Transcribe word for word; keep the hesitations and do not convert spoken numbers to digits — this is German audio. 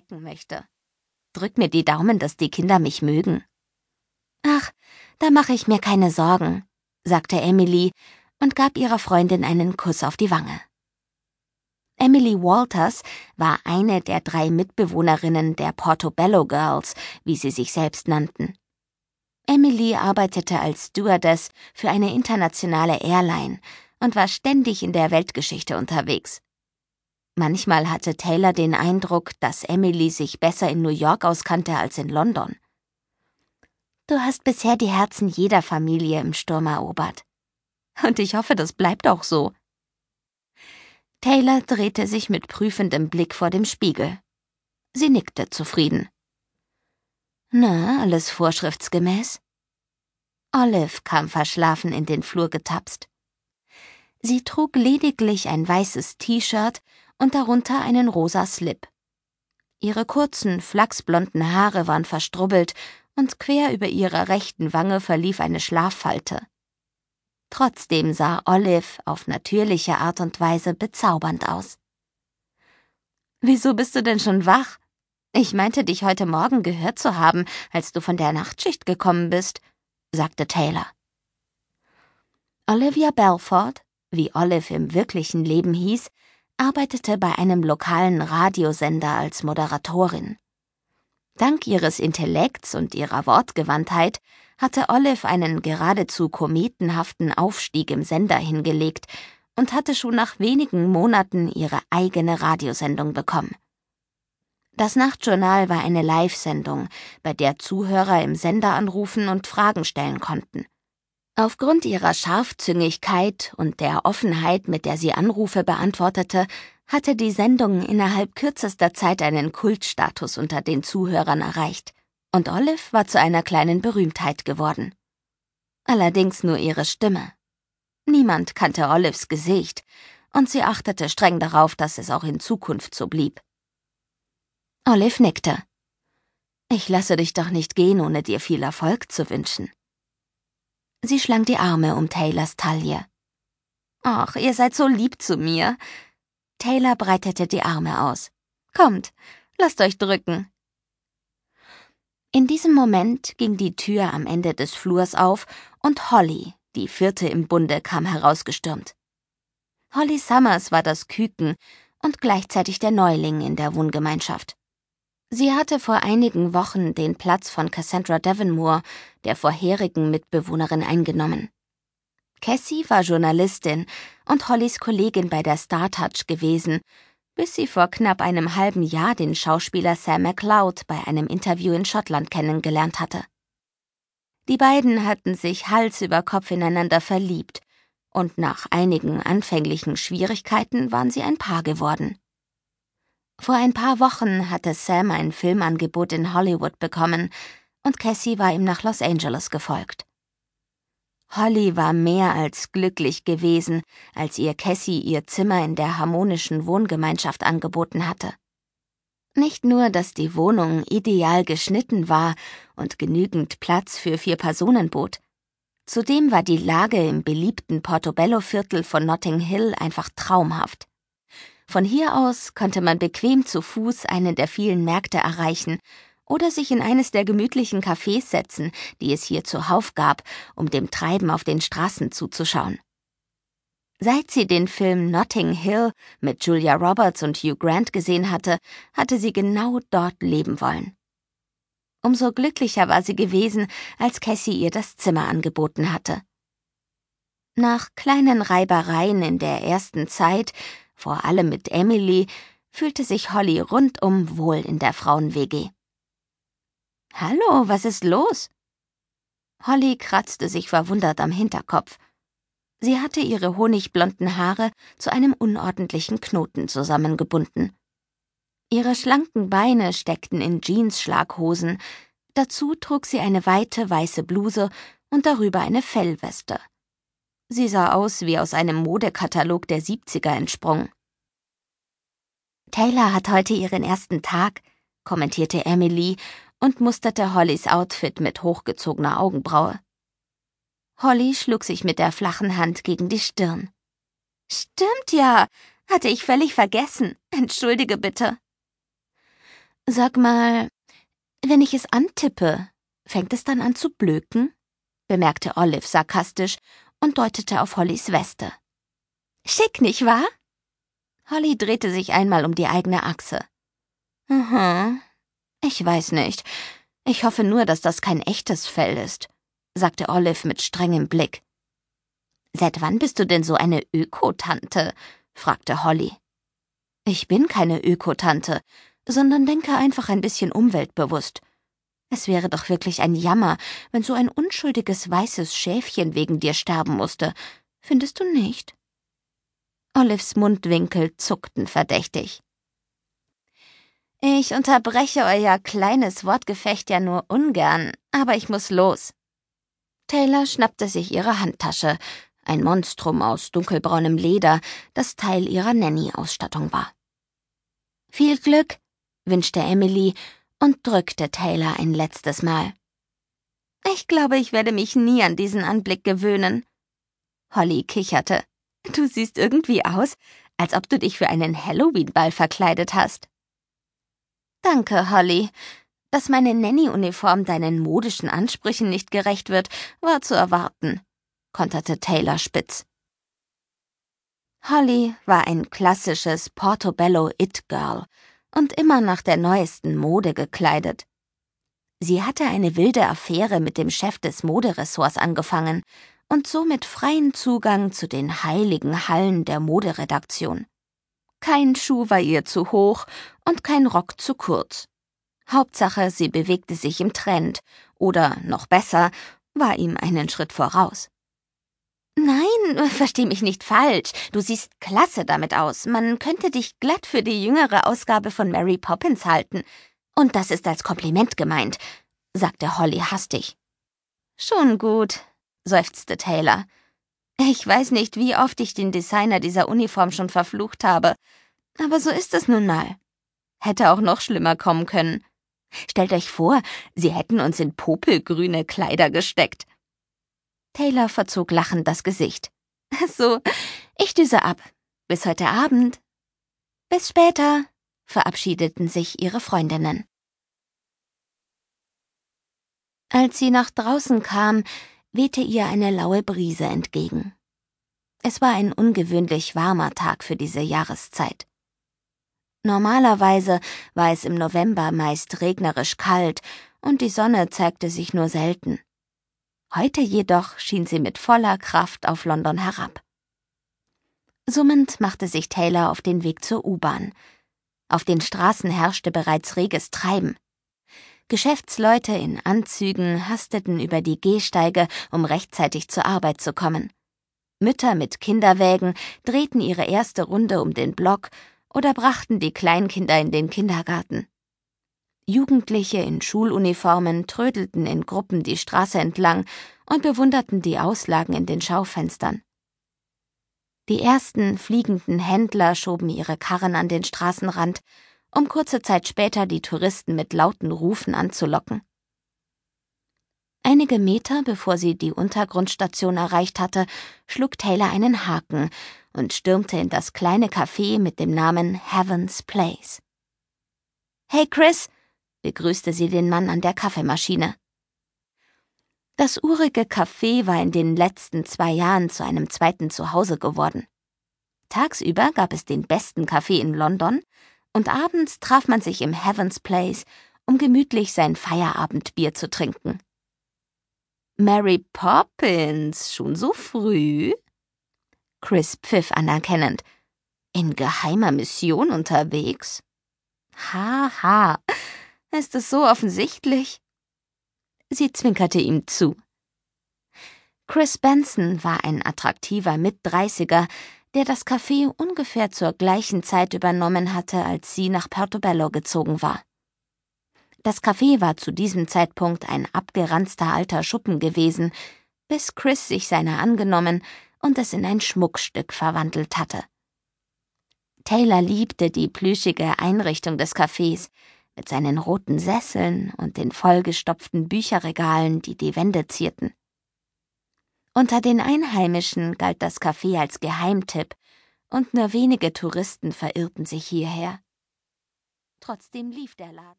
schrecken möchte. Drück mir die Daumen, dass die Kinder mich mögen. Ach, da mache ich mir keine Sorgen, sagte Emily und gab ihrer Freundin einen Kuss auf die Wange. Emily Walters war eine der drei Mitbewohnerinnen der Portobello Girls, wie sie sich selbst nannten. Emily arbeitete als Stewardess für eine internationale Airline und war ständig in der Weltgeschichte unterwegs. Manchmal hatte Taylor den Eindruck, dass Emily sich besser in New York auskannte als in London. Du hast bisher die Herzen jeder Familie im Sturm erobert. Und ich hoffe, das bleibt auch so. Taylor drehte sich mit prüfendem Blick vor dem Spiegel. Sie nickte zufrieden. Na, alles vorschriftsgemäß? Olive kam verschlafen in den Flur getapst. Sie trug lediglich ein weißes T-Shirt und darunter einen rosa Slip. Ihre kurzen, flachsblonden Haare waren verstrubbelt und quer über ihrer rechten Wange verlief eine Schlaffalte. Trotzdem sah Olive auf natürliche Art und Weise bezaubernd aus. »Wieso bist du denn schon wach? Ich meinte, dich heute Morgen gehört zu haben, als du von der Nachtschicht gekommen bist«, sagte Taylor. Olivia Belford, wie Olive im wirklichen Leben hieß, arbeitete bei einem lokalen Radiosender als Moderatorin. Dank ihres Intellekts und ihrer Wortgewandtheit hatte Olive einen geradezu kometenhaften Aufstieg im Sender hingelegt und hatte schon nach wenigen Monaten ihre eigene Radiosendung bekommen. Das Nachtjournal war eine Live-Sendung, bei der Zuhörer im Sender anrufen und Fragen stellen konnten. Aufgrund ihrer Scharfzüngigkeit und der Offenheit, mit der sie Anrufe beantwortete, hatte die Sendung innerhalb kürzester Zeit einen Kultstatus unter den Zuhörern erreicht, und Olive war zu einer kleinen Berühmtheit geworden. Allerdings nur ihre Stimme. Niemand kannte Olives Gesicht, und sie achtete streng darauf, dass es auch in Zukunft so blieb. Olive nickte. »Ich lasse dich doch nicht gehen, ohne dir viel Erfolg zu wünschen.« Sie schlang die Arme um Taylors Taille. »Ach, ihr seid so lieb zu mir.« Taylor breitete die Arme aus. »Kommt, lasst euch drücken.« In diesem Moment ging die Tür am Ende des Flurs auf und Holly, die vierte im Bunde, kam herausgestürmt. Holly Summers war das Küken und gleichzeitig der Neuling in der Wohngemeinschaft. Sie hatte vor einigen Wochen den Platz von Cassandra Devonmore, der vorherigen Mitbewohnerin, eingenommen. Cassie war Journalistin und Hollys Kollegin bei der StarTouch gewesen, bis sie vor knapp einem halben Jahr den Schauspieler Sam MacLeod bei einem Interview in Schottland kennengelernt hatte. Die beiden hatten sich Hals über Kopf ineinander verliebt, und nach einigen anfänglichen Schwierigkeiten waren sie ein Paar geworden. Vor ein paar Wochen hatte Sam ein Filmangebot in Hollywood bekommen, und Cassie war ihm nach Los Angeles gefolgt. Holly war mehr als glücklich gewesen, als ihr Cassie ihr Zimmer in der harmonischen Wohngemeinschaft angeboten hatte. Nicht nur, dass die Wohnung ideal geschnitten war und genügend Platz für vier Personen bot. Zudem war die Lage im beliebten Portobello-Viertel von Notting Hill einfach traumhaft. Von hier aus konnte man bequem zu Fuß einen der vielen Märkte erreichen oder sich in eines der gemütlichen Cafés setzen, die es hier zuhauf gab, um dem Treiben auf den Straßen zuzuschauen. Seit sie den Film Notting Hill mit Julia Roberts und Hugh Grant gesehen hatte, hatte sie genau dort leben wollen. Umso glücklicher war sie gewesen, als Cassie ihr das Zimmer angeboten hatte. Nach kleinen Reibereien in der ersten Zeit, vor allem mit Emily, fühlte sich Holly rundum wohl in der Frauen-W G. »Hallo, was ist los?« Holly kratzte sich verwundert am Hinterkopf. Sie hatte ihre honigblonden Haare zu einem unordentlichen Knoten zusammengebunden. Ihre schlanken Beine steckten in Jeans-Schlaghosen, dazu trug sie eine weite weiße Bluse und darüber eine Fellweste. Sie sah aus wie aus einem Modekatalog der siebziger entsprungen. »Taylor hat heute ihren ersten Tag«, kommentierte Emily und musterte Hollys Outfit mit hochgezogener Augenbraue. Holly schlug sich mit der flachen Hand gegen die Stirn. »Stimmt ja, hatte ich völlig vergessen. Entschuldige bitte.« Sag mal, wenn ich es antippe, fängt es dann an zu blöken?« bemerkte Olive sarkastisch und deutete auf Hollys Weste. »Schick, nicht wahr?« Holly drehte sich einmal um die eigene Achse. »Aha, ich weiß nicht. Ich hoffe nur, dass das kein echtes Fell ist«, sagte Olive mit strengem Blick. »Seit wann bist du denn so eine Ökotante?« fragte Holly. »Ich bin keine Ökotante, sondern denke einfach ein bisschen umweltbewusst. Es wäre doch wirklich ein Jammer, wenn so ein unschuldiges weißes Schäfchen wegen dir sterben musste. Findest du nicht?« Olives Mundwinkel zuckten verdächtig. »Ich unterbreche euer kleines Wortgefecht ja nur ungern, aber ich muss los.« Taylor schnappte sich ihre Handtasche, ein Monstrum aus dunkelbraunem Leder, das Teil ihrer Nanny-Ausstattung war. »Viel Glück«, wünschte Emily und drückte Taylor ein letztes Mal. »Ich glaube, ich werde mich nie an diesen Anblick gewöhnen.« Holly kicherte. »Du siehst irgendwie aus, als ob du dich für einen Halloween-Ball verkleidet hast.« »Danke, Holly. Dass meine Nanny-Uniform deinen modischen Ansprüchen nicht gerecht wird, war zu erwarten«, konterte Taylor spitz. Holly war ein klassisches Portobello-It-Girl und immer nach der neuesten Mode gekleidet. Sie hatte eine wilde Affäre mit dem Chef des Moderessorts angefangen und somit freien Zugang zu den heiligen Hallen der Moderedaktion. Kein Schuh war ihr zu hoch und kein Rock zu kurz. Hauptsache, sie bewegte sich im Trend oder, noch besser, war ihm einen Schritt voraus. »Nein, versteh mich nicht falsch. Du siehst klasse damit aus. Man könnte dich glatt für die jüngere Ausgabe von Mary Poppins halten. Und das ist als Kompliment gemeint«, sagte Holly hastig. »Schon gut«, seufzte Taylor. »Ich weiß nicht, wie oft ich den Designer dieser Uniform schon verflucht habe. Aber so ist es nun mal. Hätte auch noch schlimmer kommen können. Stellt euch vor, sie hätten uns in popelgrüne Kleider gesteckt.« Taylor verzog lachend das Gesicht. »So, ich düse ab. Bis heute Abend.« »Bis später«, verabschiedeten sich ihre Freundinnen. Als sie nach draußen kam, wehte ihr eine laue Brise entgegen. Es war ein ungewöhnlich warmer Tag für diese Jahreszeit. Normalerweise war es im November meist regnerisch kalt und die Sonne zeigte sich nur selten. Heute jedoch schien sie mit voller Kraft auf London herab. Summend machte sich Taylor auf den Weg zur U-Bahn. Auf den Straßen herrschte bereits reges Treiben. Geschäftsleute in Anzügen hasteten über die Gehsteige, um rechtzeitig zur Arbeit zu kommen. Mütter mit Kinderwägen drehten ihre erste Runde um den Block oder brachten die Kleinkinder in den Kindergarten. Jugendliche in Schuluniformen trödelten in Gruppen die Straße entlang und bewunderten die Auslagen in den Schaufenstern. Die ersten fliegenden Händler schoben ihre Karren an den Straßenrand, um kurze Zeit später die Touristen mit lauten Rufen anzulocken. Einige Meter bevor sie die Untergrundstation erreicht hatte, schlug Taylor einen Haken und stürmte in das kleine Café mit dem Namen Heaven's Place. »Hey Chris«, begrüßte sie den Mann an der Kaffeemaschine. Das urige Café war in den letzten zwei Jahren zu einem zweiten Zuhause geworden. Tagsüber gab es den besten Kaffee in London und abends traf man sich im Heaven's Place, um gemütlich sein Feierabendbier zu trinken. »Mary Poppins, schon so früh?« Chris pfiff anerkennend. »In geheimer Mission unterwegs?« »Haha, ist es so offensichtlich?« Sie zwinkerte ihm zu. Chris Benson war ein attraktiver Mitdreißiger, der das Café ungefähr zur gleichen Zeit übernommen hatte, als sie nach Portobello gezogen war. Das Café war zu diesem Zeitpunkt ein abgeranzter alter Schuppen gewesen, bis Chris sich seiner angenommen und es in ein Schmuckstück verwandelt hatte. Taylor liebte die plüschige Einrichtung des Cafés mit seinen roten Sesseln und den vollgestopften Bücherregalen, die die Wände zierten. Unter den Einheimischen galt das Café als Geheimtipp und nur wenige Touristen verirrten sich hierher. Trotzdem lief der Laden.